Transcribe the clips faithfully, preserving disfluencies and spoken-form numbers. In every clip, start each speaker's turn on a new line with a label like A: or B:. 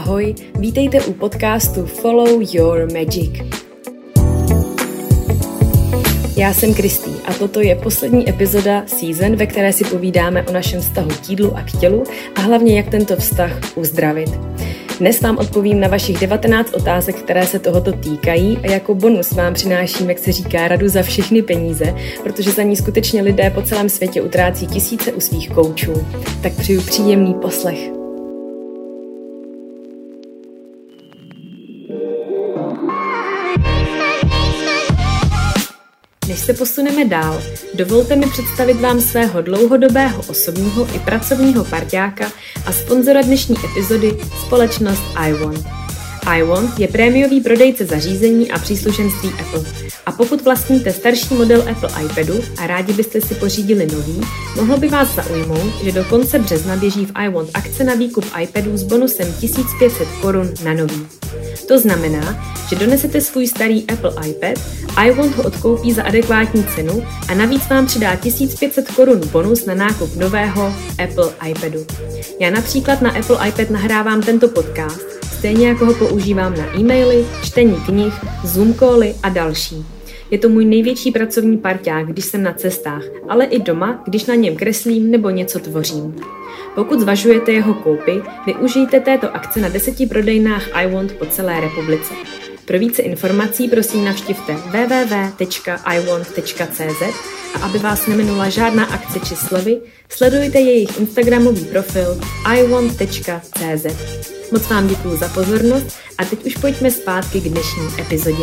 A: Ahoj, vítejte u podcastu Follow Your Magic. Já jsem Kristý a toto je poslední epizoda season, ve které si povídáme o našem vztahu k jídlu a k tělu a hlavně jak tento vztah uzdravit. Dnes vám odpovím na vašich devatenáct otázek, které se tohoto týkají a jako bonus vám přináším, jak se říká, radu za všechny peníze, protože za ní skutečně lidé po celém světě utrácí tisíce u svých koučů. Tak přeju příjemný poslech. Než se posuneme dál, dovolte mi představit vám svého dlouhodobého osobního i pracovního parťáka a sponzora dnešní epizody, společnost iWant. iWant je prémiový prodejce zařízení a příslušenství Apple. A pokud vlastníte starší model Apple iPadu a rádi byste si pořídili nový, mohlo by vás zaujmout, že do konce března běží v iWant akce na výkup iPadů s bonusem tisíc pět set korun na nový. To znamená, že donesete svůj starý Apple iPad, iWant ho odkoupí za adekvátní cenu a navíc vám přidá tisíc pět set korun bonus na nákup nového Apple iPadu. Já například na Apple iPad nahrávám tento podcast, stejně jako ho používám na e-maily, čtení knih, Zoom cally a další. Je to můj největší pracovní parťák, když jsem na cestách, ale i doma, když na něm kreslím nebo něco tvořím. Pokud zvažujete jeho koupy, využijte této akce na deseti prodejnách iWant po celé republice. Pro více informací prosím navštivte w w w tečka i want tečka c z a aby vás neminula žádná akce či slevy, sledujte jejich instagramový profil i want tečka c z. Moc vám děkuju za pozornost a teď už pojďme zpátky k dnešní epizodě.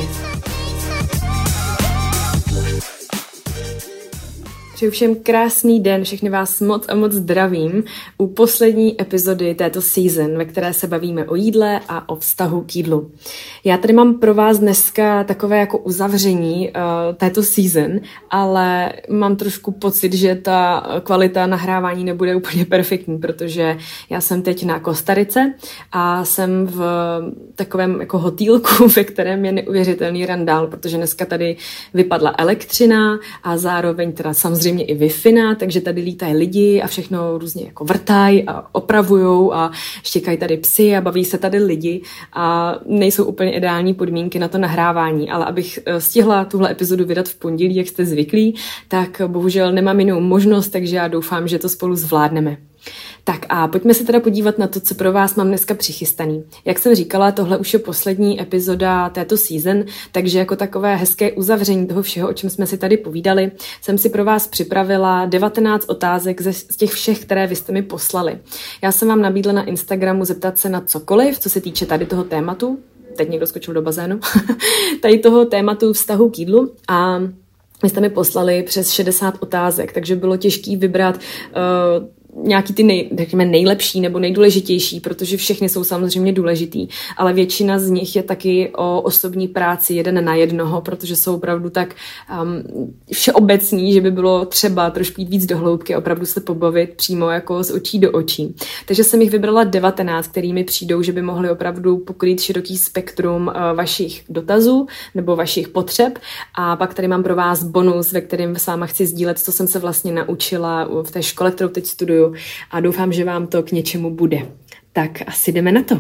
A: Přeju všem krásný den, všechny vás moc a moc zdravím u poslední epizody této season, ve které se bavíme o jídle a o vztahu k jídlu. Já tady mám pro vás dneska takové jako uzavření uh, této season, ale mám trošku pocit, že ta kvalita nahrávání nebude úplně perfektní, protože já jsem teď na Kostarice a jsem v takovém jako hotýlku, ve kterém je neuvěřitelný randál, protože dneska tady vypadla elektřina a zároveň teda samozřejmě i Wi-Fi, takže tady lítají lidi a všechno různě jako vrtají a opravujou a štěkají tady psy a baví se tady lidi a nejsou úplně ideální podmínky na to nahrávání, ale abych stihla tuhle epizodu vydat v pondělí, jak jste zvyklí, tak bohužel nemám jinou možnost, takže já doufám, že to spolu zvládneme. Tak a pojďme se teda podívat na to, co pro vás mám dneska přichystaný. Jak jsem říkala, tohle už je poslední epizoda této season, takže jako takové hezké uzavření toho všeho, o čem jsme si tady povídali, jsem si pro vás připravila devatenáct otázek ze, z těch všech, které vy jste mi poslali. Já jsem vám nabídla na Instagramu zeptat se na cokoliv, co se týče tady toho tématu. Teď někdo skočil do bazénu. tady toho tématu vztahu k jídlu a my jste mi poslali přes šedesát otázek, takže bylo těžké vybrat uh, nějaký ty nej, řekněme, nejlepší nebo nejdůležitější, protože všechny jsou samozřejmě důležitý, ale většina z nich je taky o osobní práci jeden na jednoho, protože jsou opravdu tak um, všeobecný, že by bylo třeba trošku jít víc do hloubky, opravdu se pobavit přímo jako z očí do očí. Takže jsem jich vybrala devatenáct, kterými přijdou, že by mohly opravdu pokrýt široký spektrum uh, vašich dotazů nebo vašich potřeb a pak tady mám pro vás bonus, ve kterém s váma chci sdílet, co jsem se vlastně naučila v té škole, kterou teď studuju, a doufám, že vám to k něčemu bude. Tak asi jdeme na to.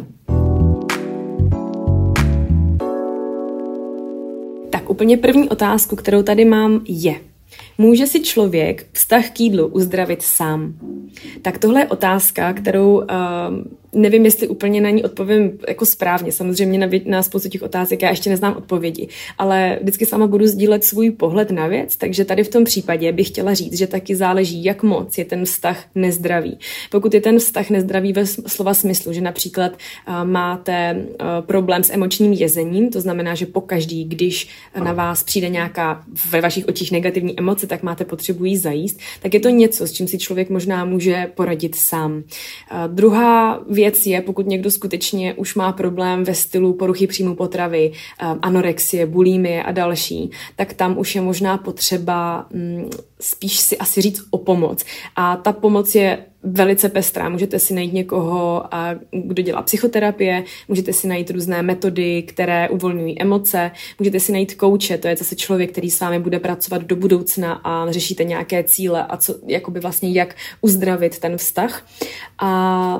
A: Tak úplně první otázku, kterou tady mám, je: může si člověk vztah k jídlu uzdravit sám? Tak tohle je otázka, kterou uh, nevím, jestli úplně na ní odpovím jako správně. Samozřejmě na, na spoustu těch otázek já ještě neznám odpovědi, ale vždycky s váma budu sdílet svůj pohled na věc, takže tady v tom případě bych chtěla říct, že taky záleží, jak moc je ten vztah nezdravý. Pokud je ten vztah nezdravý ve slova smyslu, že například uh, máte uh, problém s emočním jezením, to znamená, že pokaždý, když na vás přijde nějaká ve vašich očích negativní emoce, tak máte potřebu jí zajíst, tak je to něco, s čím si člověk možná může poradit sám. Uh, druhá věc je, pokud někdo skutečně už má problém ve stylu poruchy příjmu potravy, um, anorexie, bulimie a další, tak tam už je možná potřeba um, spíš si asi říct o pomoc. A ta pomoc je velice pestrá. Můžete si najít někoho, kdo dělá psychoterapie, můžete si najít různé metody, které uvolňují emoce, můžete si najít kouče, to je zase člověk, který s vámi bude pracovat do budoucna a řešíte nějaké cíle a co, jakoby vlastně jak uzdravit ten vztah. A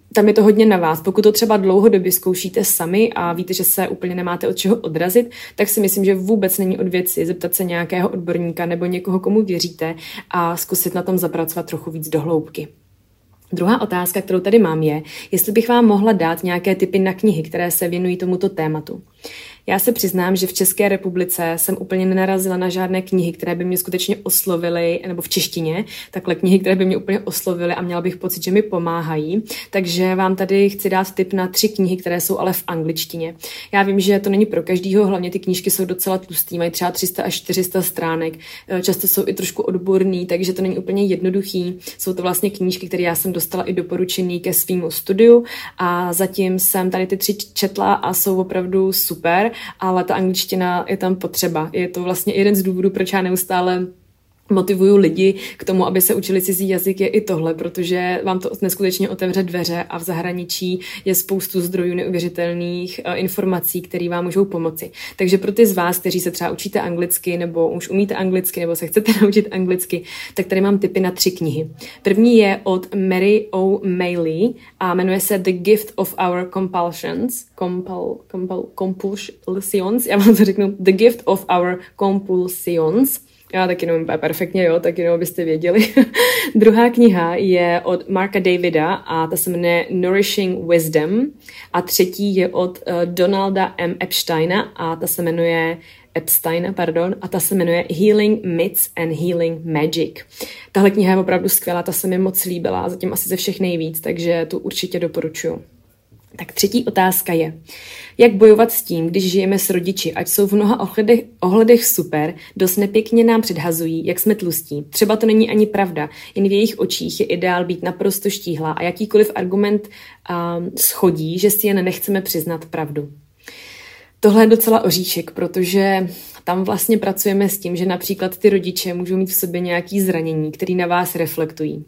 A: tam je to hodně na vás. Pokud to třeba dlouhodobě zkoušíte sami a víte, že se úplně nemáte od čeho odrazit, tak si myslím, že vůbec není od věci zeptat se nějakého odborníka nebo někoho, komu věříte a zkusit na tom zapracovat trochu víc do hloubky. Druhá otázka, kterou tady mám, je, jestli bych vám mohla dát nějaké tipy na knihy, které se věnují tomuto tématu. Já se přiznám, že v České republice jsem úplně nenarazila na žádné knihy, které by mě skutečně oslovily, nebo v češtině, takhle knihy, které by mě úplně oslovily a měla bych pocit, že mi pomáhají. Takže vám tady chci dát tip na tři knihy, které jsou ale v angličtině. Já vím, že to není pro každýho, hlavně ty knížky jsou docela tlustý, mají třeba tři sta až čtyři sta stránek, často jsou i trošku odborný, takže to není úplně jednoduchý. Jsou to vlastně knížky, které já jsem dostala i doporučený ke svýmu studiu a zatím jsem tady ty tři četla a jsou opravdu super. Ale ta angličtina je tam potřeba. Je to vlastně jeden z důvodů, proč já neustále motivuju lidi k tomu, aby se učili cizí jazyk, je i tohle, protože vám to neskutečně otevře dveře a v zahraničí je spoustu zdrojů neuvěřitelných uh, informací, které vám můžou pomoci. Takže pro ty z vás, kteří se třeba učíte anglicky nebo už umíte anglicky nebo se chcete naučit anglicky, tak tady mám tipy na tři knihy. První je od Mary O. Mailey a jmenuje se The Gift of Our Compulsions. Compul, compul, compulsions. Já vám to řeknu. The Gift of Our Compulsions. Já taky nevím perfektně, jo, tak jenom abyste věděli. Druhá kniha je od Marka Davida a ta se jmenuje Nourishing Wisdom a třetí je od uh, Donalda M. Epsteina a ta se jmenuje Epsteina, pardon, a ta se jmenuje Healing Myths and Healing Magic. Tahle kniha je opravdu skvělá, ta se mi moc líbila, zatím asi ze všech nejvíc, takže tu určitě doporučuji. Tak třetí otázka je, jak bojovat s tím, když žijeme s rodiči, ať jsou v mnoha ohledech, ohledech super, dost nepěkně nám předhazují, jak jsme tlustí. Třeba to není ani pravda, jen v jejich očích je ideál být naprosto štíhlá a jakýkoliv argument um, schodí, že si jen nechceme přiznat pravdu. Tohle je docela oříšek, protože tam vlastně pracujeme s tím, že například ty rodiče můžou mít v sobě nějaké zranění, které na vás reflektují.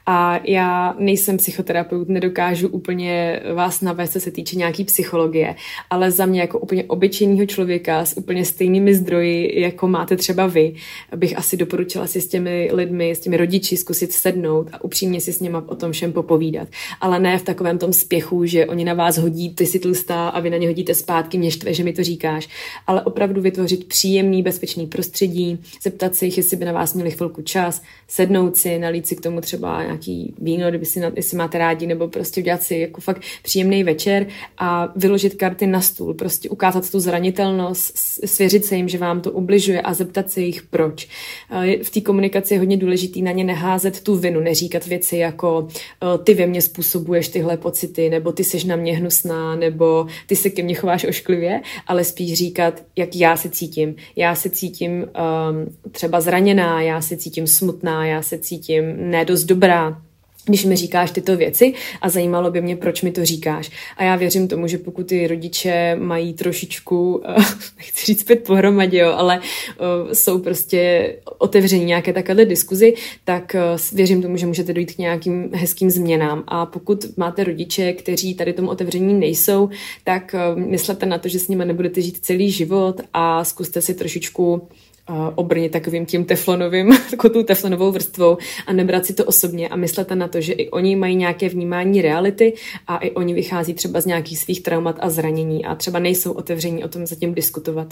A: A já nejsem psychoterapeut, nedokážu úplně vás navést, co se týče nějaký psychologie, ale za mě jako úplně obyčejného člověka s úplně stejnými zdroji, jako máte třeba vy, bych asi doporučila si s těmi lidmi, s těmi rodiči zkusit sednout a upřímně si s nimi o tom všem popovídat. Ale ne v takovém tom spěchu, že oni na vás hodí, ty si tlustá a vy na ně hodíte zpátky, mě štve, že mi to říkáš, ale opravdu vytvořit příjemný, bezpečný prostředí, zeptat se jich, jestli by na vás měli chvilku čas, sednout si, nalít si k tomu třeba nějaký víno, kdyby si, jestli máte rádi, nebo prostě udělat si jako fakt příjemný večer a vyložit karty na stůl, prostě ukázat tu zranitelnost, svěřit se jim, že vám to ubližuje a zeptat se jich proč. V té komunikaci je hodně důležitý na ně neházet tu vinu, neříkat věci jako ty ve mně způsobuješ tyhle pocity, nebo ty seš na mě hnusná, nebo ty se ke mně chováš ošklivě, ale spíš říkat, jak já se cítím. Já se cítím um, třeba zraněná, já se cítím smutná, já se cítím nedost dobrá, když mi říkáš tyto věci a zajímalo by mě, proč mi to říkáš. A já věřím tomu, že pokud ty rodiče mají trošičku, uh, nechci říct pět pohromadě, jo, ale uh, jsou prostě otevření nějaké takové diskuzi, tak uh, věřím tomu, že můžete dojít k nějakým hezkým změnám. A pokud máte rodiče, kteří tady tomu otevření nejsou, tak uh, myslete na to, že s nimi nebudete žít celý život a zkuste si trošičku obrnit takovým tím teflonovým, takovou tu teflonovou vrstvou a nebrat si to osobně a myslete na to, že i oni mají nějaké vnímání reality a i oni vychází třeba z nějakých svých traumat a zranění a třeba nejsou otevření o tom zatím diskutovat.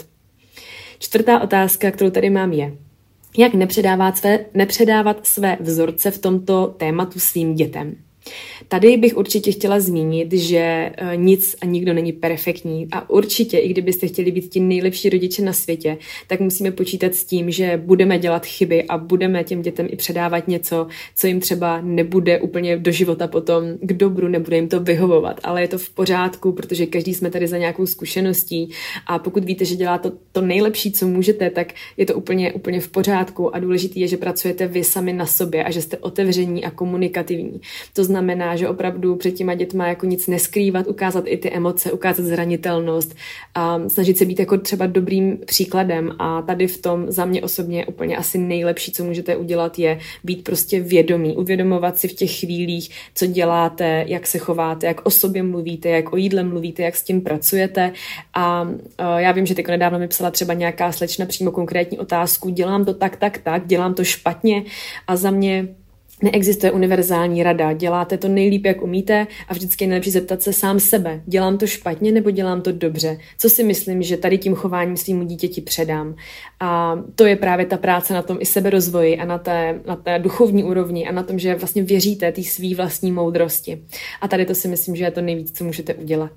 A: Čtvrtá otázka, kterou tady mám je, jak nepředávat své, nepředávat své vzorce v tomto tématu svým dětem. Tady bych určitě chtěla zmínit, že nic a nikdo není perfektní a určitě, i kdybyste chtěli být ti nejlepší rodiče na světě, tak musíme počítat s tím, že budeme dělat chyby a budeme těm dětem i předávat něco, co jim třeba nebude úplně do života potom k dobru, nebude jim to vyhovovat, ale je to v pořádku, protože každý jsme tady za nějakou zkušeností a pokud víte, že děláte to, to nejlepší, co můžete, tak je to úplně, úplně v pořádku a důležitý je, že pracujete vy sami na sobě a že jste otevření a komunikativní. To znamená, že opravdu před těma dětma jako nic neskrývat, ukázat i ty emoce, ukázat zranitelnost a snažit se být jako třeba dobrým příkladem a tady v tom za mě osobně úplně asi nejlepší, co můžete udělat, je být prostě vědomí, uvědomovat si v těch chvílích, co děláte, jak se chováte, jak o sobě mluvíte, jak o jídle mluvíte, jak s tím pracujete a já vím, že teď nedávno mi psala třeba nějaká slečna přímo konkrétní otázku, dělám to tak, tak, tak, dělám to špatně a za mě Neexistuje univerzální rada, děláte to nejlíp, jak umíte a vždycky je nejlepší zeptat se sám sebe. Dělám to špatně nebo dělám to dobře? Co si myslím, že tady tím chováním svýmu dítěti předám? A to je právě ta práce na tom i seberozvoji a na té, na té duchovní úrovni a na tom, že vlastně věříte té svý vlastní moudrosti. A tady to si myslím, že je to nejvíc, co můžete udělat.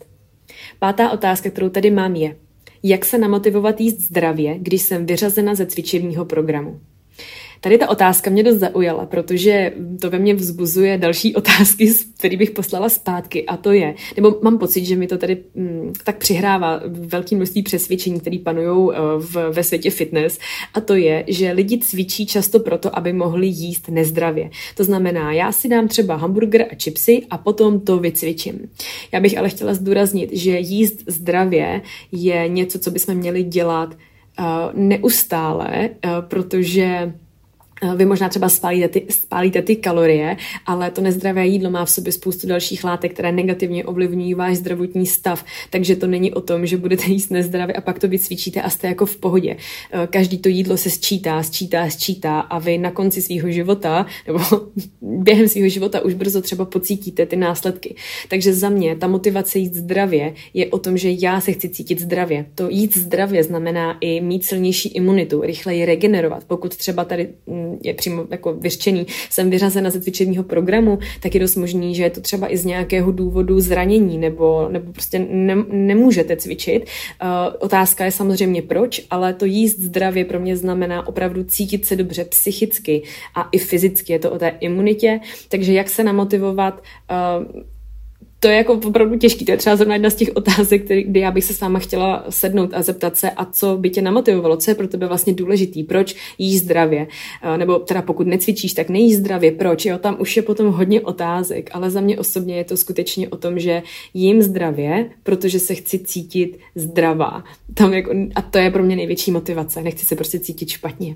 A: Pátá otázka, kterou tady mám, je, jak se namotivovat jíst zdravě, když jsem vyřazena ze cvičebního programu? Tady ta otázka mě dost zaujala, protože to ve mně vzbuzuje další otázky, které bych poslala zpátky, a to je, nebo mám pocit, že mi to tady m, tak přihrává velké množství přesvědčení, které panují v, ve světě fitness, a to je, že lidi cvičí často proto, aby mohli jíst nezdravě. To znamená, já si dám třeba hamburger a chipsy a potom to vycvičím. Já bych ale chtěla zdůraznit, že jíst zdravě je něco, co bychom měli dělat uh, neustále, uh, protože vy možná třeba spálíte ty, spálíte ty kalorie, ale to nezdravé jídlo má v sobě spoustu dalších látek, které negativně ovlivňují váš zdravotní stav, takže to není o tom, že budete jíst nezdravě a pak to vycvičíte a jste jako v pohodě. Každý to jídlo se sčítá, sčítá, sčítá a vy na konci svého života, nebo během svého života už brzo třeba pocítíte ty následky. Takže za mě ta motivace jít zdravě je o tom, že já se chci cítit zdravě. To jít zdravě znamená i mít silnější imunitu, rychleji regenerovat. Pokud třeba tady je přímo jako vyřčený, jsem vyřazena ze cvičebního programu, tak je dost možný, že je to třeba i z nějakého důvodu zranění nebo, nebo prostě ne, nemůžete cvičit. Uh, otázka je samozřejmě proč, ale to jíst zdravě pro mě znamená opravdu cítit se dobře psychicky a i fyzicky. Je to o té imunitě, takže jak se namotivovat, uh, to je jako opravdu těžký, to je třeba zrovna jedna z těch otázek, který, kdy já bych se s váma chtěla sednout a zeptat se, a co by tě namotivovalo, co je pro tebe vlastně důležitý, proč jíš zdravě, nebo teda pokud necvičíš, tak nejíš zdravě, proč, jo, tam už je potom hodně otázek, ale za mě osobně je to skutečně o tom, že jím zdravě, protože se chci cítit zdravá. Tam jako, a to je pro mě největší motivace, nechci se prostě cítit špatně.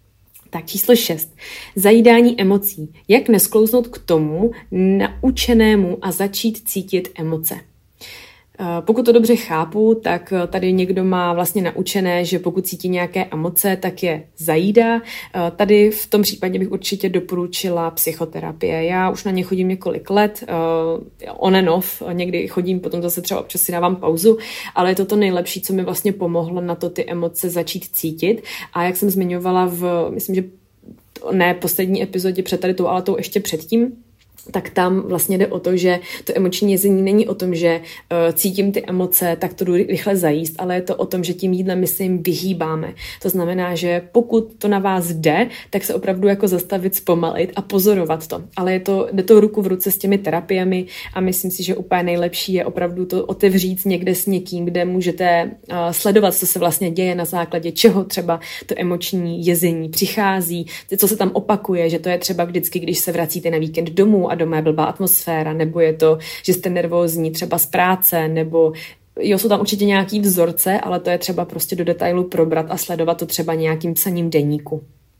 A: Tak číslo šest. Zajídání emocí. Jak nesklouznout k tomu naučenému a začít cítit emoce? Pokud to dobře chápu, tak tady někdo má vlastně naučené, že pokud cítí nějaké emoce, tak je zajídá. Tady v tom případě bych určitě doporučila psychoterapie. Já už na ně chodím několik let, on and off, někdy chodím, potom zase třeba občas si dávám pauzu, ale je to to nejlepší, co mi vlastně pomohlo na to ty emoce začít cítit. A jak jsem zmiňovala v, myslím, že ne poslední epizodě před tady tou, ale tou ještě předtím, tak tam vlastně jde o to, že to emoční jezení není o tom, že uh, cítím ty emoce, tak to jdu rychle zajíst, ale je to o tom, že tím jídlem my se jim vyhýbáme. To znamená, že pokud to na vás jde, tak se opravdu jako zastavit, zpomalit a pozorovat to. Ale je to, jde to ruku v ruce s těmi terapiemi a myslím si, že úplně nejlepší je opravdu to otevřít někde s někým, kde můžete uh, sledovat, co se vlastně děje, na základě čeho třeba to emoční jezení přichází, co se tam opakuje, že to je třeba vždycky, když se vracíte na víkend domů a doma je blbá atmosféra, nebo je to, že jste nervózní třeba z práce, nebo jo, jsou tam určitě nějaký vzorce, ale to je třeba prostě do detailu probrat a sledovat to třeba nějakým psaním deníku.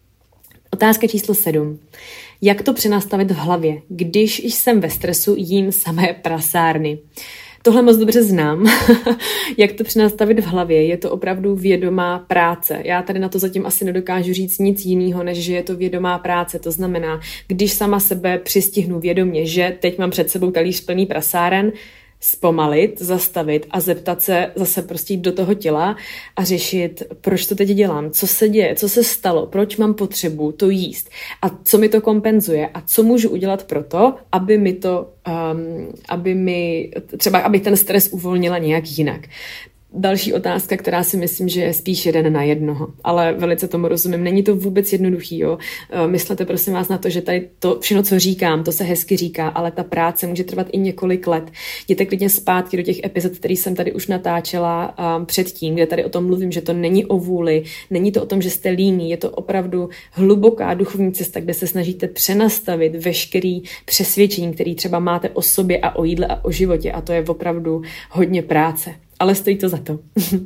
A: Otázka číslo sedm. Jak to přenastavit v hlavě, když jsem ve stresu, jím samé prasárny? Tohle moc dobře znám. Jak to přenastavit v hlavě? Je to opravdu vědomá práce. Já tady na to zatím asi nedokážu říct nic jiného, než že je to vědomá práce. To znamená, když sama sebe přistihnu vědomě, že teď mám před sebou talíř plný prasáren, zpomalit, zastavit a zeptat se zase prostě jít do toho těla a řešit, proč to teď dělám, co se děje, co se stalo, proč mám potřebu to jíst a co mi to kompenzuje a co můžu udělat pro to, aby mi to, um, aby mi, třeba aby ten stres uvolnila nějak jinak. Další otázka, která si myslím, že je spíš jeden na jednoho, ale velice tomu rozumím. Není to vůbec jednoduchý, jo. Myslete prosím vás na to, že tady to všechno, co říkám, to se hezky říká, ale ta práce může trvat i několik let. Jděte klidně zpátky do těch epizod, které jsem tady už natáčela um, předtím, kde tady o tom mluvím, že to není o vůli, není to o tom, že jste líní, je to opravdu hluboká duchovní cesta, kde se snažíte přenastavit veškerý přesvědčení, který třeba máte o sobě a o jídle a o životě, a to je opravdu hodně práce. Ale stojí to za to.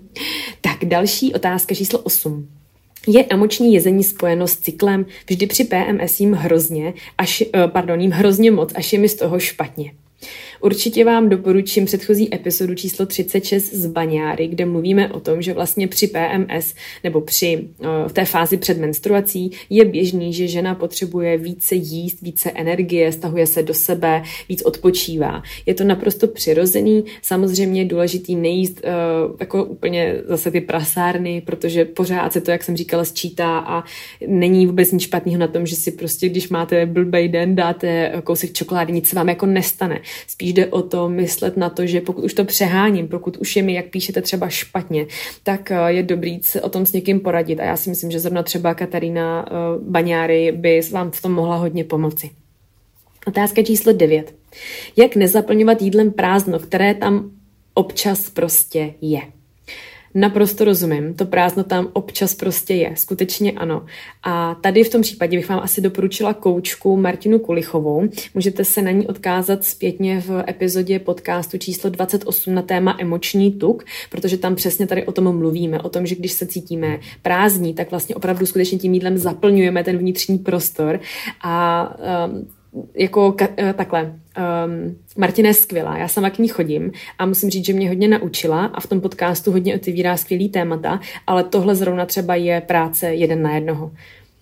A: Tak další otázka číslo osm. Je emoční jezení spojeno s cyklem? Vždy při P M S jím hrozně, až, pardon, jím hrozně moc, až je mi z toho špatně. Určitě vám doporučím předchozí epizodu číslo třicet šest z Baňáry, kde mluvíme o tom, že vlastně při P M S nebo při v té fázi před menstruací je běžný, že žena potřebuje více jíst, více energie, stahuje se do sebe, víc odpočívá. Je to naprosto přirozený, samozřejmě je důležitý nejíst uh, jako úplně zase ty prasárny, protože pořád se to, jak jsem říkala, sčítá a není vůbec nic špatného na tom, že si prostě, když máte blbej den, dáte kousek čokolády, nic se vám jako nestane. Spíš jde o to myslet na to, že pokud už to přeháním, pokud už je mi, jak píšete, třeba špatně, tak je dobrý se o tom s někým poradit. A já si myslím, že zrovna třeba Katarína Baňáry by vám v tom mohla hodně pomoci. Otázka číslo devět. Jak nezaplňovat jídlem prázdno, které tam občas prostě je? Naprosto rozumím, to prázdno tam občas prostě je, skutečně ano. A tady v tom případě bych vám asi doporučila koučku Martinu Kulichovou. Můžete se na ní odkázat zpětně v epizodě podcastu číslo dvacet osm na téma emoční tuk, protože tam přesně tady o tom mluvíme, o tom, že když se cítíme prázdní, tak vlastně opravdu skutečně tím jídlem zaplňujeme ten vnitřní prostor a um, jako ka- takhle, um, Martina je skvělá, já sama k ní chodím a musím říct, že mě hodně naučila a v tom podcastu hodně otevírá skvělý témata, ale tohle zrovna třeba je práce jeden na jednoho.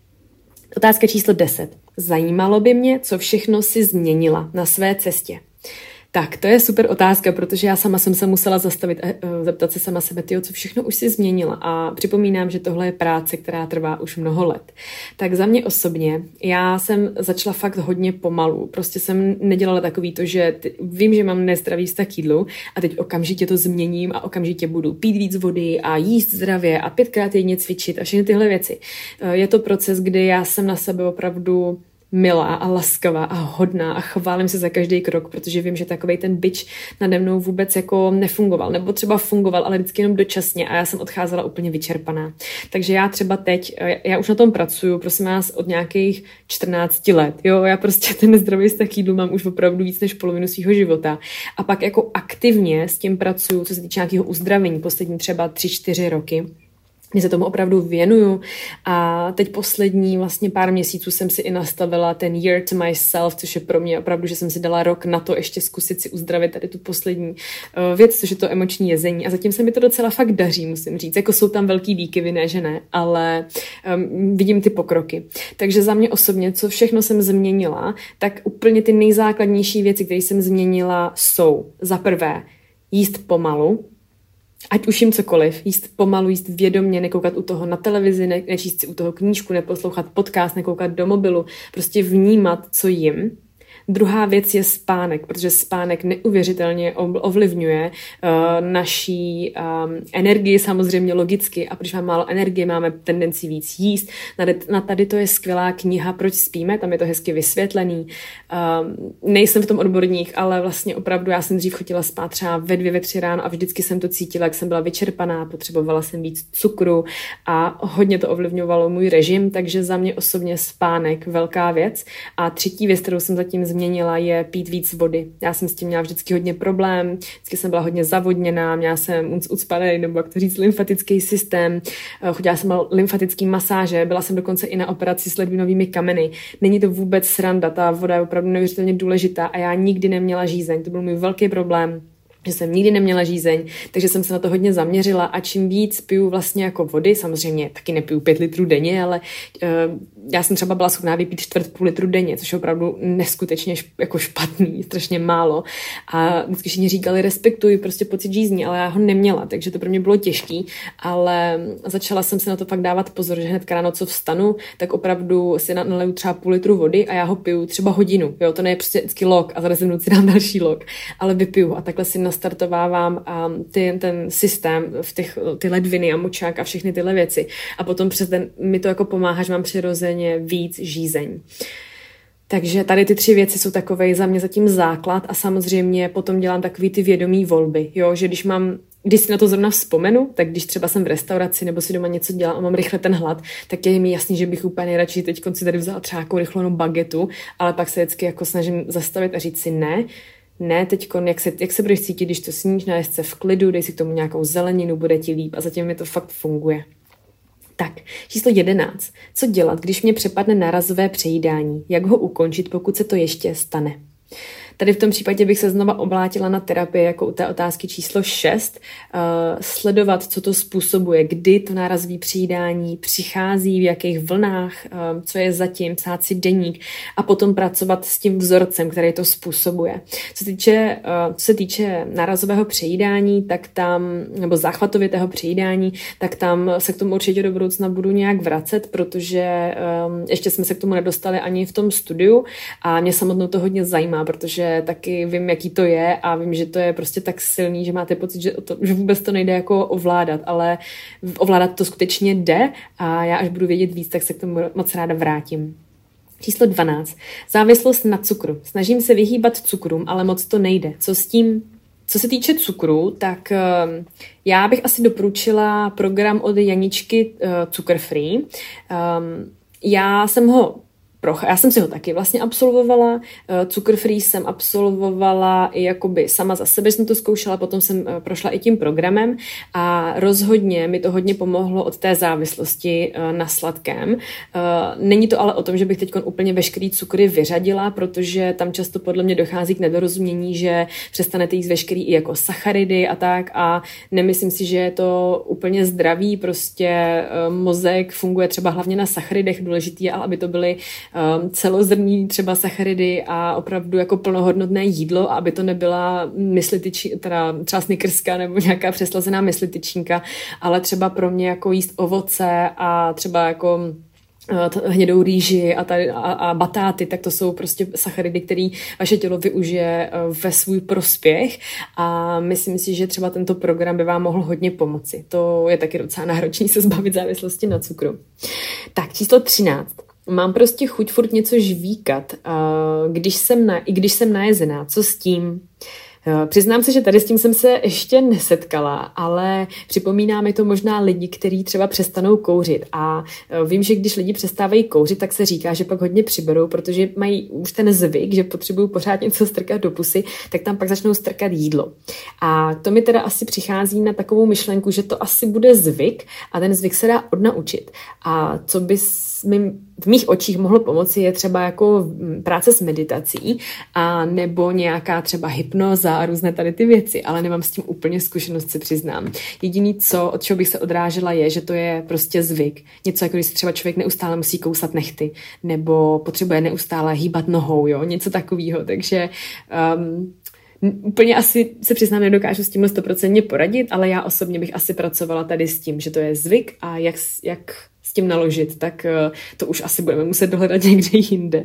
A: Otázka číslo deset. Zajímalo by mě, co všechno si změnila na své cestě. Tak, to je super otázka, protože já sama jsem se musela zastavit a zeptat se sama sebe, tyjo, co všechno už si změnila. A připomínám, že tohle je práce, která trvá už mnoho let. Tak za mě osobně, já jsem začala fakt hodně pomalu. Prostě jsem nedělala takový to, že ty, vím, že mám nezdravý vztah k jídlu a teď okamžitě to změním a okamžitě budu pít víc vody a jíst zdravě a pětkrát týdně cvičit a všechny tyhle věci. Je to proces, kdy já jsem na sebe opravdu milá a laskavá a hodná a chválím se za každý krok, protože vím, že takovej ten bič nade mnou vůbec jako nefungoval, nebo třeba fungoval, ale vždycky jenom dočasně a já jsem odcházela úplně vyčerpaná. Takže já třeba teď, já už na tom pracuju, prosím vás, od nějakých čtrnácti let, jo, já prostě ten nezdravý vztah k jídlu mám už opravdu víc než polovinu svého života a pak jako aktivně s tím pracuju, co se týče nějakého uzdravení, poslední třeba tři, čtyři roky, kdy se tomu opravdu věnuju a teď poslední vlastně pár měsíců jsem si i nastavila ten year to myself, což je pro mě opravdu, že jsem si dala rok na to ještě zkusit si uzdravit tady tu poslední uh, věc, což je to emoční jezení a zatím se mi to docela fakt daří, musím říct, jako jsou tam velký výkyvy, ne, že ne, ale um, vidím ty pokroky. Takže za mě osobně, co všechno jsem změnila, tak úplně ty nejzákladnější věci, které jsem změnila, jsou za prvé jíst pomalu, ať už jim cokoliv, jíst pomalu, jíst vědomě, nekoukat u toho na televizi, ne, nečíst si u toho knížku, neposlouchat podcast, nekoukat do mobilu, prostě vnímat, co jim. Druhá věc je spánek, protože spánek neuvěřitelně ovlivňuje uh, naší um, energii, samozřejmě logicky, a když máme málo energie, máme tendenci víc jíst. Na, na tady to je skvělá kniha Proč spíme, tam je to hezky vysvětlený. Um, nejsem v tom odborník, ale vlastně opravdu já jsem dřív chodila spát třeba ve dvě, ve tři ráno a vždycky jsem to cítila, jak jsem byla vyčerpaná, potřebovala jsem víc cukru a hodně to ovlivňovalo můj režim, takže za mě osobně spánek velká věc. A třetí věc, kterou jsem zatím změnila, je pít víc vody. Já jsem s tím měla vždycky hodně problém, vždycky jsem byla hodně zavodněná, měla jsem ucpaný, nebo jak to říct, lymfatický systém, chodila jsem na lymfatický masáže, byla jsem dokonce i na operaci s ledvinovými kameny. Není to vůbec sranda, ta voda je opravdu neuvěřitelně důležitá a já nikdy neměla žízeň, to byl můj velký problém, že jsem nikdy neměla žízeň, takže jsem se na to hodně zaměřila a čím víc piju vlastně jako vody, samozřejmě taky nepiju pět litrů denně, ale uh, já jsem třeba byla schopná vypít čtvrt půl litru denně, což je opravdu neskutečně šp- jako špatný, strašně málo. A vždycky všichni říkali, respektuji prostě pocit žízní, ale já ho neměla, takže to pro mě bylo těžký, ale začala jsem se na to fakt dávat pozor, že hned ráno, co vstanu, tak opravdu si naleju třeba půl litru vody a já ho piju třeba hodinu, jo, to ne je prostě vždycky lok a za deset minut si dám další lok, ale vypiju a takhle si nastartovávám um, ty, ten systém v těch, ty ledviny a močák a všechny tyhle věci a potom přes den mi to jako pomáhá, že mám přirozeně víc žízeň. Takže tady ty tři věci jsou takové za mě zatím základ a samozřejmě potom dělám takový ty vědomý volby, jo, že když mám Když si na to zrovna vzpomenu, tak když třeba jsem v restauraci nebo si doma něco dělám a mám rychle ten hlad, tak je mi jasný, že bych úplně nejradši teď si tady vzala třeba jako rychlou bagetu, ale pak se vždycky jako snažím zastavit a říct si ne, ne, teďkon, jak se, jak se budeš cítit, když to sníš, najest se v klidu, dej si k tomu nějakou zeleninu, bude ti líp a zatím mi to fakt funguje. Tak, číslo jedenáct. Co dělat, když mě přepadne nárazové přejídání? Jak ho ukončit, pokud se to ještě stane? Tady v tom případě bych se znova obrátila na terapii jako u té otázky číslo šest. Uh, sledovat, co to způsobuje, kdy to nárazové přijídání přichází, v jakých vlnách, uh, co je zatím, psát si deník a potom pracovat s tím vzorcem, který to způsobuje. Co se týče, uh, co se týče nárazového přejídání, tak tam, nebo záchvatovitého přejídání, tak tam se k tomu určitě do budoucna budu nějak vracet, protože um, ještě jsme se k tomu nedostali ani v tom studiu a mě samotnou to hodně zajímá, protože taky vím, jaký to je a vím, že to je prostě tak silný, že máte pocit, že, to, že vůbec to nejde jako ovládat, ale ovládat to skutečně jde a já až budu vědět víc, tak se k tomu moc ráda vrátím. Číslo dvanáct. Závislost na cukru. Snažím se vyhýbat cukrům, ale moc to nejde. Co s tím? Co se týče cukru, tak uh, já bych asi doporučila program od Janičky uh, Cukr Free. Um, já jsem ho Já jsem si ho taky vlastně absolvovala, Cukr Free jsem absolvovala i jakoby sama za sebe, jsem to zkoušela, potom jsem prošla i tím programem a rozhodně mi to hodně pomohlo od té závislosti na sladkém. Není to ale o tom, že bych teď úplně veškerý cukry vyřadila, protože tam často podle mě dochází k nedorozumění, že přestanete jíst veškerý i jako sacharidy a tak a nemyslím si, že je to úplně zdravý, prostě mozek funguje třeba hlavně na sacharidech, důležitý je, ale aby to byly celozrnní třeba sacharidy a opravdu jako plnohodnotné jídlo, aby to nebyla myslityč, teda třeba snickerska nebo nějaká přeslazená myslityčníka, ale třeba pro mě jako jíst ovoce a třeba jako hnědou rýži a, tady, a, a batáty, tak to jsou prostě sacharidy, které vaše tělo využije ve svůj prospěch a myslím si, že třeba tento program by vám mohl hodně pomoci. To je taky docela náročný se zbavit závislosti na cukru. Tak, číslo třináct. Mám prostě chuť furt něco žvíkat, když jsem na, i když jsem najezená. Co s tím? Přiznám se, že tady s tím jsem se ještě nesetkala, ale připomíná mi to možná lidi, kteří třeba přestanou kouřit. A vím, že když lidi přestávají kouřit, tak se říká, že pak hodně přiberou, protože mají už ten zvyk, že potřebují pořád něco strkat do pusy, tak tam pak začnou strkat jídlo. A to mi teda asi přichází na takovou myšlenku, že to asi bude zvyk a ten zvyk se dá odnaučit. A co by v mých očích mohlo pomoci je třeba jako práce s meditací a nebo nějaká třeba hypnoza a různé tady ty věci, ale nemám s tím úplně zkušenost, se přiznám. Jediný, co, od čeho bych se odrážela, je, že to je prostě zvyk. Něco jako když se třeba člověk neustále musí kousat nehty nebo potřebuje neustále hýbat nohou, jo, něco takového, takže um, úplně asi se přiznám, nedokážu s tímhle stoprocentně poradit, ale já osobně bych asi pracovala tady s tím, že to je zvyk a jak, jak s tím naložit, tak to už asi budeme muset dohledat někde jinde.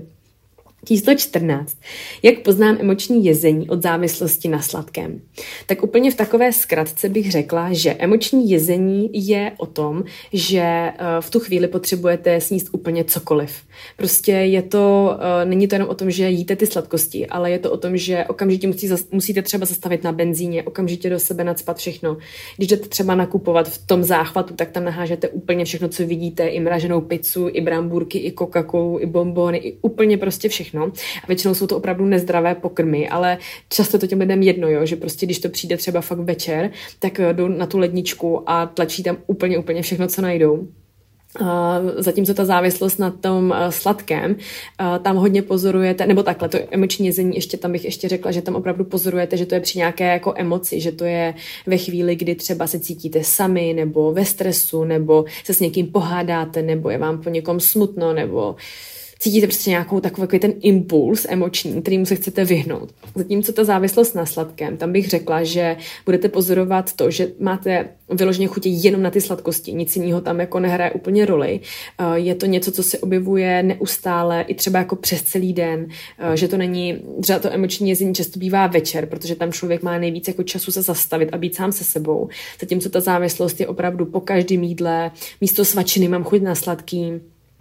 A: Číslo čtrnáct. Jak poznám emoční jezení od závislosti na sladkém? Tak úplně v takové zkratce bych řekla, že emoční jezení je o tom, že v tu chvíli potřebujete sníst úplně cokoliv. Prostě je to, není to jenom o tom, že jíte ty sladkosti, ale je to o tom, že okamžitě musí, musíte třeba zastavit na benzíně, okamžitě do sebe nacpat všechno. Když jdete třeba nakupovat v tom záchvatu, tak tam nahážete úplně všechno, co vidíte, i mraženou pizzu, i brambůrky, i Coca-Colu, i bonbony, i úplně prostě všechno. No. A většinou jsou to opravdu nezdravé pokrmy, ale často to těm lidem jedno, jo, že prostě když to přijde třeba fakt večer, tak jdou na tu ledničku a tlačí tam úplně, úplně všechno, co najdou. Uh, zatímco ta závislost na tom uh, sladkém, uh, tam hodně pozorujete, nebo takhle, to emoční jezení, ještě tam bych ještě řekla, že tam opravdu pozorujete, že to je při nějaké jako emoci, že to je ve chvíli, kdy třeba se cítíte sami, nebo ve stresu, nebo se s někým pohádáte, nebo je vám po někom smutno, nebo cítíte prostě nějakou takový ten impuls emoční, kterýmu se chcete vyhnout. Zatímco ta závislost na sladkém, tam bych řekla, že budete pozorovat to, že máte vyloženě chutě jenom na ty sladkosti, nic jiného tam jako nehraje úplně roli. Je to něco, co se objevuje neustále, i třeba jako přes celý den, že to není, třeba to emoční jezení často bývá večer, protože tam člověk má nejvíc jako času se zastavit a být sám se sebou. Zatímco ta závislost je opravdu po každém jídle, místo svačiny mám chuť na sladký.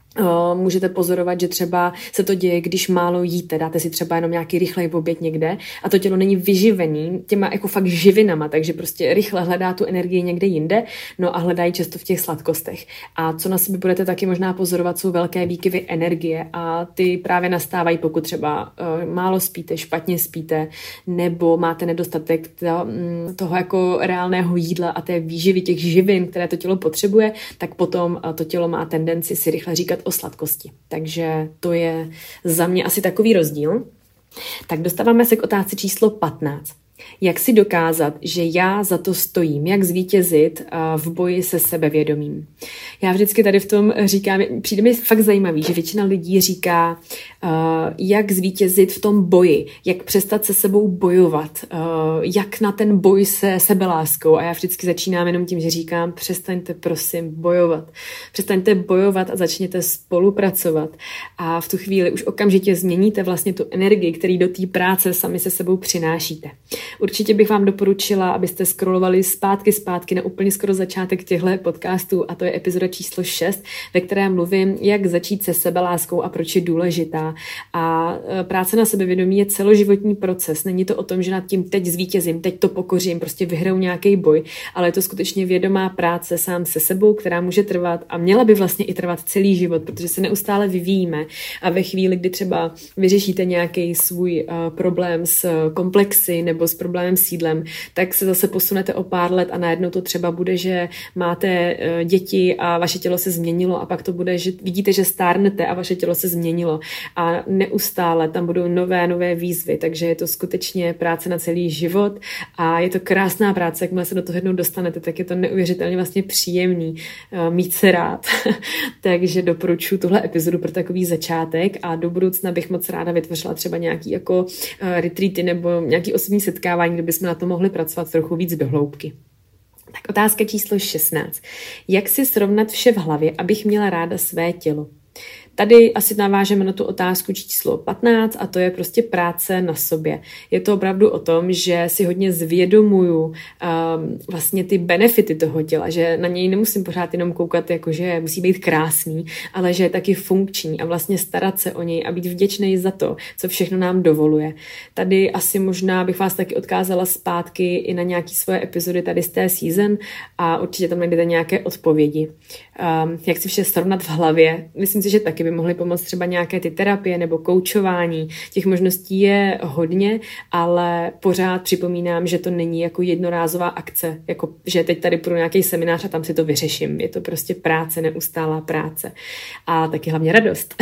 A: Můžete pozorovat, že třeba se to děje, když málo jíte, dáte si třeba jenom nějaký rychlej oběd někde a to tělo není vyživený těma jako fakt živinama, takže prostě rychle hledá tu energii někde jinde, no a hledají často v těch sladkostech. A co na sebe budete taky možná pozorovat, jsou velké výkyvy energie a ty právě nastávají, pokud třeba uh, málo spíte, špatně spíte, nebo máte nedostatek to, um, toho jako reálného jídla a té výživy těch živin, které to tělo potřebuje, tak potom uh, to tělo má tendenci si rychle říkat o sladkosti. Takže to je za mě asi takový rozdíl. Tak dostáváme se k otázce číslo patnáct. Jak si dokázat, že já za to stojím? Jak zvítězit v boji se sebevědomím? Já vždycky tady v tom říkám, přijde mi fakt zajímavý, že většina lidí říká, jak zvítězit v tom boji, jak přestat se sebou bojovat, jak na ten boj se sebeláskou. A já vždycky začínám jenom tím, že říkám, přestaňte prosím bojovat. Přestaňte bojovat a začněte spolupracovat. A v tu chvíli už okamžitě změníte vlastně tu energii, který do té práce sami se sebou přinášíte. Určitě bych vám doporučila, abyste scrollovali zpátky zpátky na úplně skoro začátek těchto podcastů, a to je epizoda číslo šest, ve které mluvím, jak začít se sebeláskou a proč je důležitá. A práce na sebevědomí je celoživotní proces. Není to o tom, že nad tím teď zvítězím, teď to pokořím, prostě vyhraju nějaký boj, ale je to skutečně vědomá práce sám se sebou, která může trvat a měla by vlastně i trvat celý život, protože se neustále vyvíjíme a ve chvíli, kdy třeba vyřešíte nějaký svůj uh, problém s komplexy nebo s problémem s jídlem, tak se zase posunete o pár let a najednou to třeba bude, že máte uh, děti a vaše tělo se změnilo a pak to bude, že vidíte, že stárnete a vaše tělo se změnilo a neustále tam budou nové, nové výzvy, takže je to skutečně práce na celý život a je to krásná práce, jakmile se do toho jednou dostanete, tak je to neuvěřitelně vlastně příjemný uh, mít se rád. Takže doporučuji tuhle epizodu pro takový začátek a do budoucna bych moc ráda vytvořila třeba nějaký jako uh, retreaty nebo nějaký osobní setkávání, kde bychom na to mohli pracovat trochu víc do hloubky. Tak otázka číslo šestnáct. Jak si srovnat vše v hlavě, abych měla ráda své tělo? Tady asi navážeme na tu otázku číslo patnáct a to je prostě práce na sobě. Je to opravdu o tom, že si hodně zvědomuju um, vlastně ty benefity toho těla, že na něj nemusím pořád jenom koukat, jako že musí být krásný, ale že je taky funkční a vlastně starat se o něj a být vděčný za to, co všechno nám dovoluje. Tady asi možná bych vás taky odkázala zpátky i na nějaké svoje epizody tady z té season a určitě tam najdete nějaké odpovědi. Um, jak si vše srovnat v hlavě. Myslím si, že taky by mohly pomoct třeba nějaké ty terapie nebo koučování. Těch možností je hodně, ale pořád připomínám, že to není jako jednorázová akce, jako že teď tady půjdu nějaký seminář a tam si to vyřeším. Je to prostě práce, neustálá práce. A taky hlavně radost.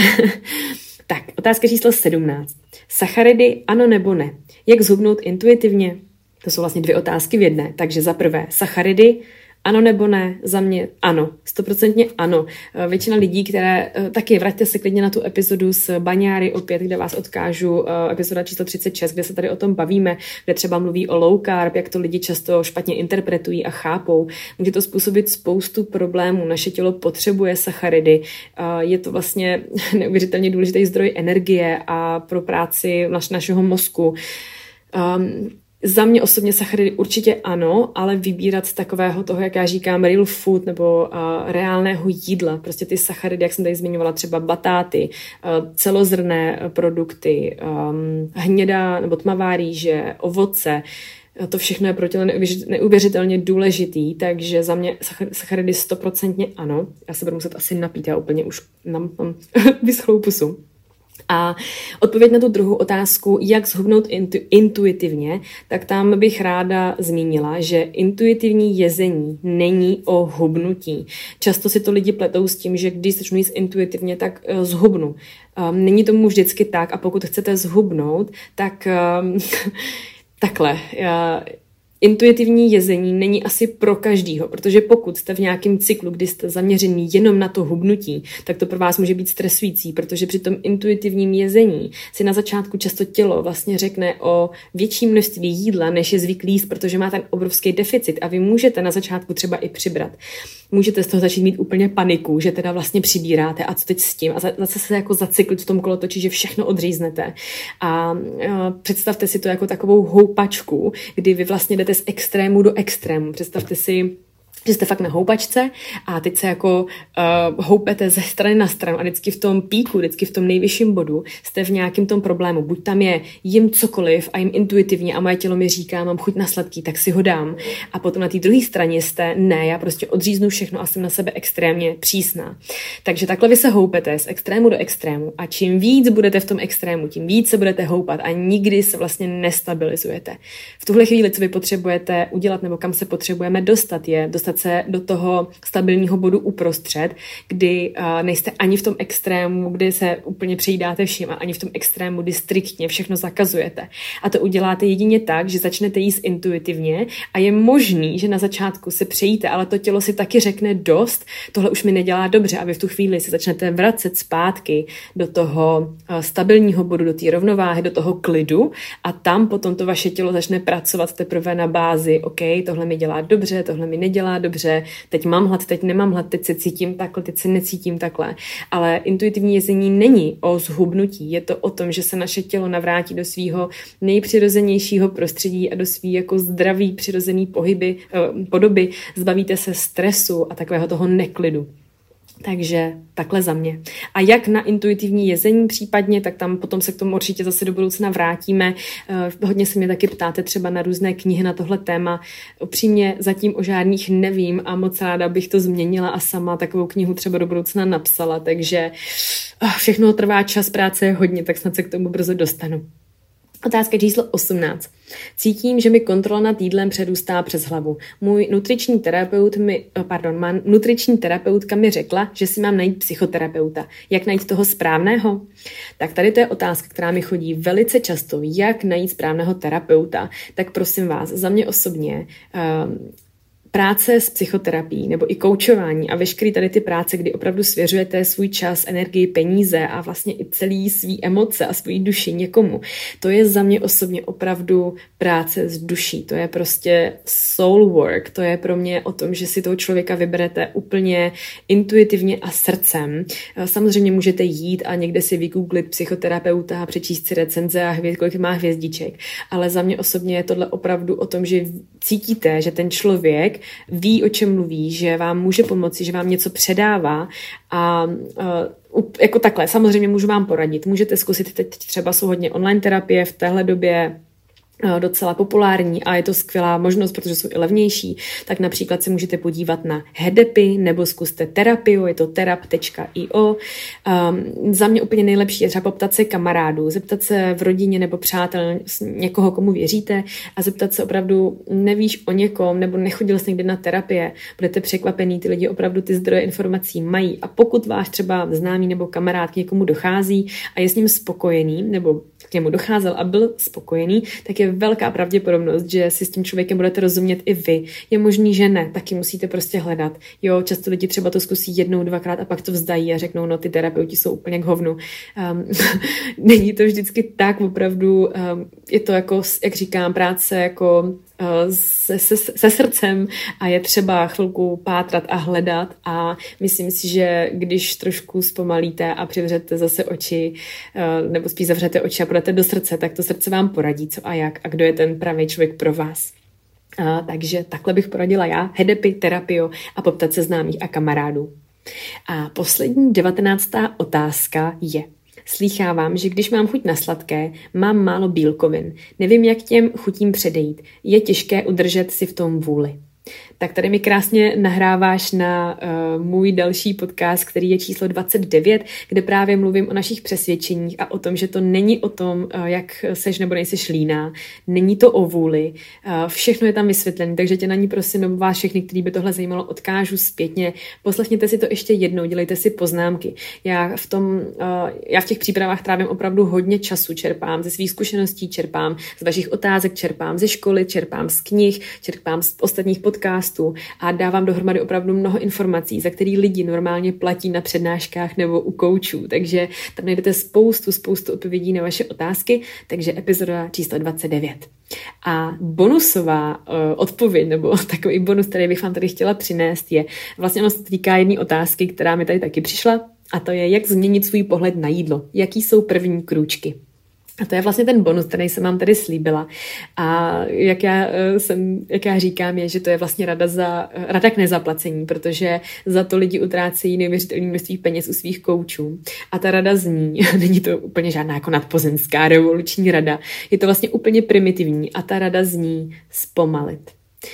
A: Tak, otázka číslo sedmnáct. Sacharidy ano nebo ne? Jak zhubnout intuitivně? To jsou vlastně dvě otázky v jedné. Takže za prvé, sacharidy ano nebo ne? Za mě ano. Stoprocentně ano. Většina lidí, které taky, vraťte se klidně na tu epizodu s Baňáry opět, kde vás odkážu, epizoda číslo třicet šest, kde se tady o tom bavíme, kde třeba mluví o low carb, jak to lidi často špatně interpretují a chápou. Může to způsobit spoustu problémů. Naše tělo potřebuje sacharidy. Je to vlastně neuvěřitelně důležitý zdroj energie a pro práci naš, našeho mozku. Um, Za mě osobně sacharidy určitě ano, ale vybírat z takového toho, jak já říkám, real food nebo uh, reálného jídla. Prostě ty sacharidy, jak jsem tady zmiňovala, třeba batáty, uh, celozrnné produkty, um, hnědá nebo tmavá rýže, ovoce. To všechno je pro tělo neuvěřitelně důležitý, takže za mě sacharidy stoprocentně ano. Já se budu muset asi napít, já úplně už mám, mám vyschlou pusu. A odpověď na tu druhou otázku, jak zhubnout intu, intuitivně, tak tam bych ráda zmínila, že intuitivní jezení není o hubnutí. Často si to lidi pletou s tím, že když začnu jíst intuitivně, tak uh, zhubnu. Um, není tomu vždycky tak a pokud chcete zhubnout, tak um, takhle... Uh, Intuitivní jezení není asi pro každýho, protože pokud jste v nějakém cyklu, kdy jste zaměřený jenom na to hubnutí, tak to pro vás může být stresující, protože při tom intuitivním jezení si na začátku často tělo vlastně řekne o větší množství jídla, než je zvyklý jíst, protože má ten obrovský deficit a vy můžete na začátku třeba i přibrat. Můžete z toho začít mít úplně paniku, že teda vlastně přibíráte a co teď s tím a zase se jako zacyklit v tom kolotoči, že všechno odříznete. A představte si to jako takovou houpačku, kdy vy vlastně jdete z extrému do extrému. Představte si, že jste fakt na houpačce a teď se jako uh, houpete ze strany na stranu a vždycky v tom píku, vždycky v tom nejvyšším bodu jste v nějakém tom problému. Buď tam je jim cokoliv a jim intuitivně a moje tělo mi říká, mám chuť na sladký, tak si ho dám. A potom na té druhé straně jste, ne, já prostě odříznu všechno a jsem na sebe extrémně přísná. Takže takhle vy se houpete z extrému do extrému a čím víc budete v tom extrému, tím víc se budete houpat a nikdy se vlastně nestabilizujete. V tuhle chvíli, co vy potřebujete udělat nebo kam se potřebujeme dostat, je dostat dostat se do toho stabilního bodu uprostřed, kdy uh, nejste ani v tom extrému, kdy se úplně přejídáte vším, a ani v tom extrému, kdy striktně všechno zakazujete. A to uděláte jedině tak, že začnete jíst intuitivně a je možný, že na začátku se přejíte, ale to tělo si taky řekne dost, tohle už mi nedělá dobře, a vy v tu chvíli se začnete vracet zpátky do toho uh, stabilního bodu, do té rovnováhy, do toho klidu, a tam potom to vaše tělo začne pracovat teprve na bázi, OK, tohle mi dělá dobře, tohle mi nedělá dobře, teď mám hlad, teď nemám hlad, teď se cítím takhle, teď se necítím takhle. Ale intuitivní jezení není o zhubnutí, je to o tom, že se naše tělo navrátí do svého nejpřirozenějšího prostředí a do svý jako zdravý, přirozený pohyby, podoby, zbavíte se stresu a takového toho neklidu. Takže takhle za mě. A jak na intuitivní jezení případně, tak tam potom se k tomu určitě zase do budoucna vrátíme. Hodně se mě taky ptáte třeba na různé knihy na tohle téma. Upřímně zatím o žádných nevím a moc ráda bych to změnila a sama takovou knihu třeba do budoucna napsala. Takže všechno trvá čas, práce je hodně, tak snad se k tomu brzo dostanu. Otázka číslo osmnáct. Cítím, že mi kontrola nad jídlem přerůstá přes hlavu. Můj nutriční terapeut mi, pardon, má nutriční terapeutka mi řekla, že si mám najít psychoterapeuta. Jak najít toho správného? Tak tady to je otázka, která mi chodí velice často. Jak najít správného terapeuta? Tak prosím vás, za mě osobně um, práce s psychoterapií nebo i koučování a veškeré tady ty práce, kdy opravdu svěřujete svůj čas, energii, peníze a vlastně i celý svý emoce a svůj duši někomu, to je za mě osobně opravdu práce s duší. To je prostě soul work. To je pro mě o tom, že si toho člověka vyberete úplně intuitivně a srdcem. Samozřejmě můžete jít a někde si vygooglit psychoterapeuta a přečíst si recenze a hvězd, kolik má hvězdiček. Ale za mě osobně je tohle opravdu o tom, že cítíte, že ten člověk ví, o čem mluví, že vám může pomoci, že vám něco předává a uh, jako takhle, samozřejmě můžu vám poradit. Můžete zkusit, teď třeba jsou hodně online terapie v téhle době docela populární a je to skvělá možnost, protože jsou i levnější, tak například se můžete podívat na Hedepy nebo zkuste Terapio, je to terap tečka io. Um, za mě úplně nejlepší je třeba poptat se kamarádů, zeptat se v rodině nebo přátel někoho, komu věříte a zeptat se opravdu, nevíš o někom nebo nechodil jsi někdy na terapie, budete překvapený, ty lidi opravdu ty zdroje informací mají a pokud váš třeba známý nebo kamarád k někomu dochází a je s ním spokojený nebo k němu docházel a byl spokojený, tak je velká pravděpodobnost, že si s tím člověkem budete rozumět i vy. Je možný, že ne, taky musíte prostě hledat. Jo, často lidi třeba to zkusí jednou, dvakrát a pak to vzdají a řeknou, no ty terapeuti jsou úplně k hovnu. Um, není to vždycky tak, opravdu um, je to jako, jak říkám, práce jako Se, se, se srdcem a je třeba chvilku pátrat a hledat a myslím si, že když trošku zpomalíte a přivřete zase oči nebo spíš zavřete oči a půjdete do srdce, tak to srdce vám poradí, co a jak a kdo je ten pravý člověk pro vás. A, takže takhle bych poradila já, Hedepy, Terapio a poptat se známých a kamarádů. A poslední devatenáctá otázka je: slýchávám, že když mám chuť na sladké, mám málo bílkovin. Nevím, jak těm chutím předejít. Je těžké udržet si v tom vůli. Tak tady mi krásně nahráváš na uh, můj další podcast, který je číslo dvacet devět, kde právě mluvím o našich přesvědčeních a o tom, že to není o tom, uh, jak seš nebo nejseš líná, není to o vůli, uh, všechno je tam vysvětlené, takže tě na ní prosím, nebo vás všechny, který by tohle zajímalo, odkážu zpětně. Poslechněte si to ještě jednou, dělejte si poznámky. Já v tom, uh, já v těch přípravách trávím opravdu hodně času, čerpám ze svých zkušeností, čerpám z vašich otázek, čerpám ze školy, čerpám z knih, čerpám z ostatních podcastů a dávám dohromady opravdu mnoho informací, za který lidi normálně platí na přednáškách nebo u koučů. Takže tam najdete spoustu, spoustu odpovědí na vaše otázky, takže epizoda číslo dvacet devět. A bonusová uh, odpověď, nebo takový bonus, který bych vám tady chtěla přinést, je vlastně ono se týká jedné otázky, která mi tady taky přišla, a to je, jak změnit svůj pohled na jídlo. Jaký jsou první krůčky? A to je vlastně ten bonus, který jsem vám tady slíbila. A jak já, jsem, jak já říkám, je, že to je vlastně rada, za, rada k nezaplacení, protože za to lidi utrácejí neuvěřitelné množství peněz u svých koučů. A ta rada zní, není to úplně žádná jako nadpozemská revoluční rada, je to vlastně úplně primitivní a ta rada zní zpomalit.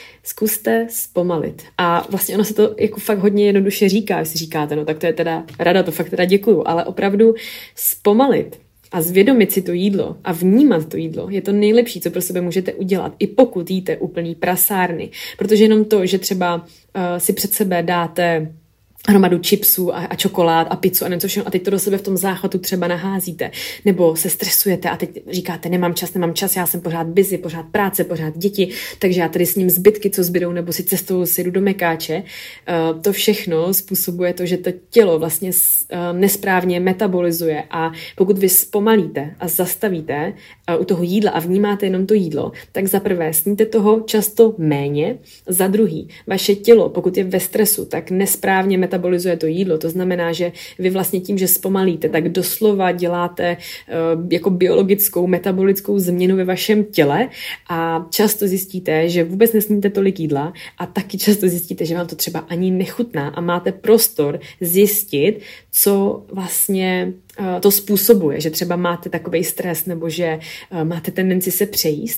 A: Zkuste zpomalit. A vlastně ono se to jako fakt hodně jednoduše říká, když si říkáte, no tak to je teda rada, to fakt teda děkuju, ale opravdu zpomalit a zvědomit si to jídlo a vnímat to jídlo je to nejlepší, co pro sebe můžete udělat, i pokud jíte úplný prasárny. Protože jenom to, že třeba uh, si před sebe dáte hromadu chipsů a, a čokolád a pizzu a něco všechno a teď to do sebe v tom záchvatu třeba naházíte. Nebo se stresujete a teď říkáte, nemám čas, nemám čas, já jsem pořád busy, pořád práce, pořád děti, takže já tady s ním zbytky, co zbydou, nebo si cestou si jdu do mekáče. Uh, to všechno způsobuje to, že to tělo vlastně uh, nesprávně metabolizuje a pokud vy zpomalíte a zastavíte uh, u toho jídla a vnímáte jenom to jídlo, tak za prvé sníte toho často méně, za druhý vaše tělo, pokud je ve stresu, tak nesprávně metabolizuje metabolizuje to jídlo. To znamená, že vy vlastně tím, že zpomalíte, tak doslova děláte uh, jako biologickou, metabolickou změnu ve vašem těle a často zjistíte, že vůbec nesníte tolik jídla a taky často zjistíte, že vám to třeba ani nechutná a máte prostor zjistit, co vlastně uh, to způsobuje, že třeba máte takovej stres nebo že uh, máte tendenci se přejíst.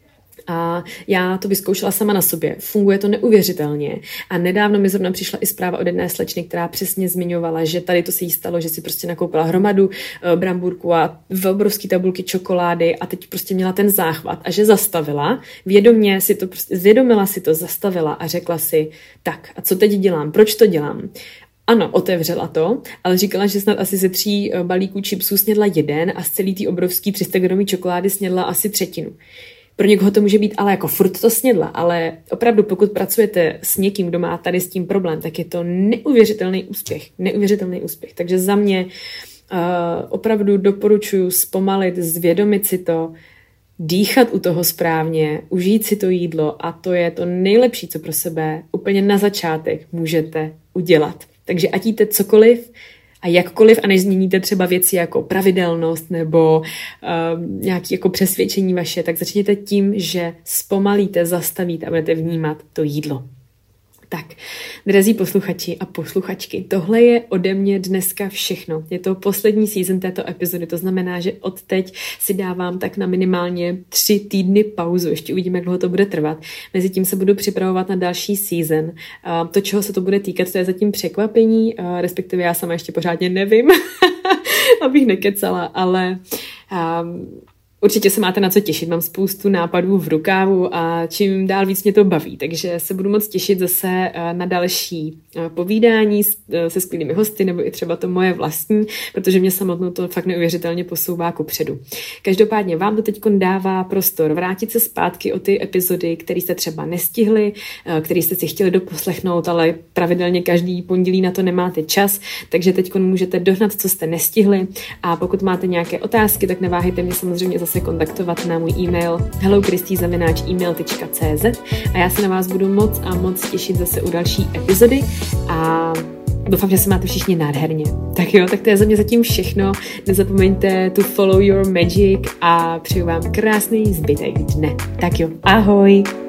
A: A já to vyzkoušela sama na sobě. Funguje to neuvěřitelně. A nedávno mi zrovna přišla i zpráva od jedné slečny, která přesně zmiňovala, že tady to se jí stalo, že si prostě nakoupila hromadu brambůrků a v obrovský tabulky čokolády a teď prostě měla ten záchvat a že zastavila, vědomě si to, prostě, zvědomila si to, zastavila a řekla si, tak a co teď dělám, proč to dělám? Ano, otevřela to, ale říkala, že snad asi ze tří balíků chipsů snědla jeden a z celý tý obrovský tři sta gramový čokolády snědla asi třetinu. Pro někoho to může být, ale jako furt to snědla, ale opravdu pokud pracujete s někým, kdo má tady s tím problém, tak je to neuvěřitelný úspěch, neuvěřitelný úspěch. Takže za mě uh, opravdu doporučuji zpomalit, zvědomit si to, dýchat u toho správně, užít si to jídlo a to je to nejlepší, co pro sebe úplně na začátek můžete udělat. Takže ať jíte cokoliv, a jakkoliv a než změníte třeba věci jako pravidelnost nebo uh, nějaké jako přesvědčení vaše, tak začněte tím, že zpomalíte, zastavíte a budete vnímat to jídlo. Tak, drazí posluchači a posluchačky, tohle je ode mě dneska všechno. Je to poslední season této epizody, to znamená, že od teď si dávám tak na minimálně tři týdny pauzu. Ještě uvidíme, jak dlouho to bude trvat. Mezitím se budu připravovat na další season. To, čeho se to bude týkat, to je zatím překvapení, respektive já sama ještě pořádně nevím, abych nekecala, ale... Um, Určitě se máte na co těšit, mám spoustu nápadů v rukávu a čím dál víc mě to baví, takže se budu moc těšit zase na další povídání se skvělými hosty nebo i třeba to moje vlastní, protože mě samotnou to fakt neuvěřitelně posouvá kupředu. Každopádně vám to teď dává prostor vrátit se zpátky o ty epizody, které jste třeba nestihli, které jste si chtěli doposlechnout, ale pravidelně každý pondělí na to nemáte čas, takže teď můžete dohnat, co jste nestihli a pokud máte nějaké otázky, tak neváhejte mě samozřejmě zase kontaktovat na můj e-mail hello kristý zavináč e mail tečka cé zet a já se na vás budu moc a moc těšit zase u další epizody a doufám, že se máte všichni nádherně. Tak jo, tak to je za mě zatím všechno. Nezapomeňte to follow your magic a přeju vám krásný zbytek dne. Tak jo, ahoj!